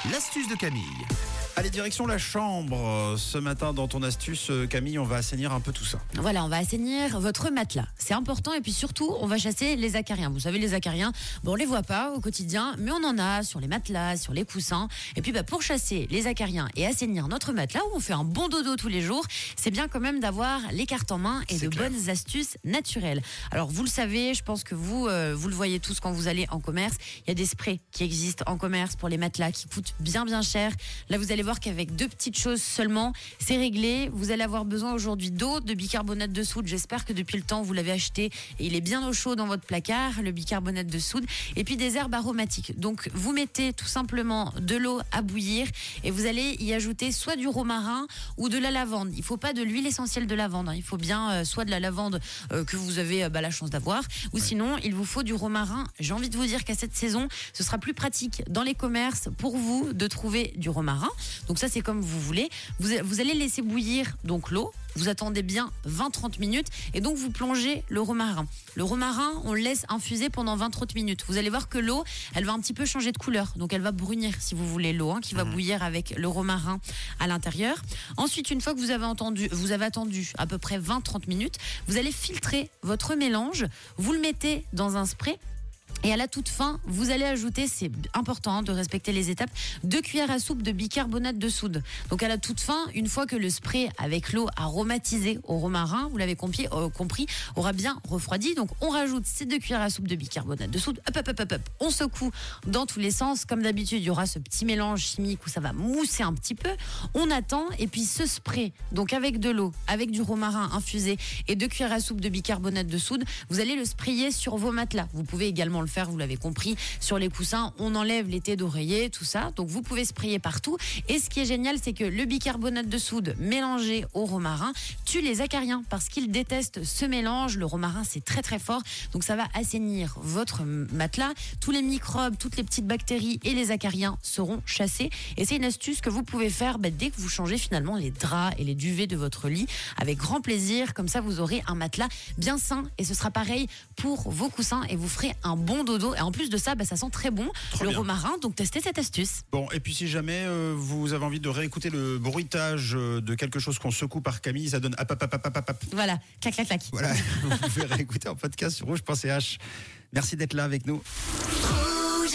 L'astuce de Camille. Allez, direction la chambre. Ce matin, dans ton astuce, Camille, on va assainir un peu tout ça. Voilà, on va assainir votre matelas. C'est important et puis surtout, on va chasser les acariens. Vous savez, les acariens, on les voit pas au quotidien, mais on en a sur les matelas, sur les coussins. Et puis, pour chasser les acariens et assainir notre matelas, où on fait un bon dodo tous les jours, c'est bien quand même d'avoir les cartes en main et de bonnes astuces naturelles. Alors, vous le savez, je pense que vous le voyez tous quand vous allez en commerce. Il y a des sprays qui existent en commerce pour les matelas qui coûtent bien cher. Là, vous allez voir qu'avec 2 petites choses seulement, c'est réglé. Vous allez avoir besoin aujourd'hui d'eau, de bicarbonate de soude. J'espère que depuis le temps, vous l'avez acheté et il est bien au chaud dans votre placard, le bicarbonate de soude. Et puis des herbes aromatiques. Donc, vous mettez tout simplement de l'eau à bouillir et vous allez y ajouter soit du romarin ou de la lavande. Il ne faut pas de l'huile essentielle de lavande. Il faut bien soit de la lavande que vous avez la chance d'avoir ou sinon, il vous faut du romarin. J'ai envie de vous dire qu'à cette saison, ce sera plus pratique dans les commerces pour vous de trouver du romarin. Donc ça, c'est comme vous voulez. Vous allez laisser bouillir donc l'eau. Vous attendez bien 20-30 minutes et donc vous plongez le romarin. Le romarin, on le laisse infuser pendant 20-30 minutes. Vous allez voir que l'eau, elle va un petit peu changer de couleur. Donc elle va brunir, si vous voulez, l'eau qui va bouillir avec le romarin à l'intérieur. Ensuite, une fois que vous avez attendu à peu près 20-30 minutes, vous allez filtrer votre mélange. Vous le mettez dans un spray. Et à la toute fin, vous allez ajouter, c'est important de respecter les étapes, 2 cuillères à soupe de bicarbonate de soude. Donc à la toute fin, une fois que le spray avec l'eau aromatisée au romarin, vous l'avez compris, aura bien refroidi. Donc on rajoute ces 2 cuillères à soupe de bicarbonate de soude. Hop. On secoue dans tous les sens. Comme d'habitude, il y aura ce petit mélange chimique où ça va mousser un petit peu. On attend et puis ce spray, donc avec de l'eau, avec du romarin infusé et 2 cuillères à soupe de bicarbonate de soude, vous allez le sprayer sur vos matelas. Vous pouvez également le faire, vous l'avez compris, sur les coussins, on enlève les têtes d'oreiller, tout ça, donc vous pouvez sprayer partout. Et ce qui est génial, c'est que le bicarbonate de soude mélangé au romarin tue les acariens parce qu'ils détestent ce mélange. Le romarin, c'est très très fort, donc ça va assainir votre matelas. Tous les microbes, toutes les petites bactéries et les acariens seront chassés. Et c'est une astuce que vous pouvez faire dès que vous changez finalement les draps et les duvets de votre lit, avec grand plaisir. Comme ça, vous aurez un matelas bien sain et ce sera pareil pour vos coussins et vous ferez un bon dodo. Et en plus de ça, ça sent très bon, le romarin. Donc testez cette astuce. Bon, et puis si jamais vous avez envie de réécouter le bruitage de quelque chose qu'on secoue par Camille, ça donne hop. Voilà, clac. Voilà, vous pouvez réécouter en podcast sur rouge.ch. Merci d'être là avec nous.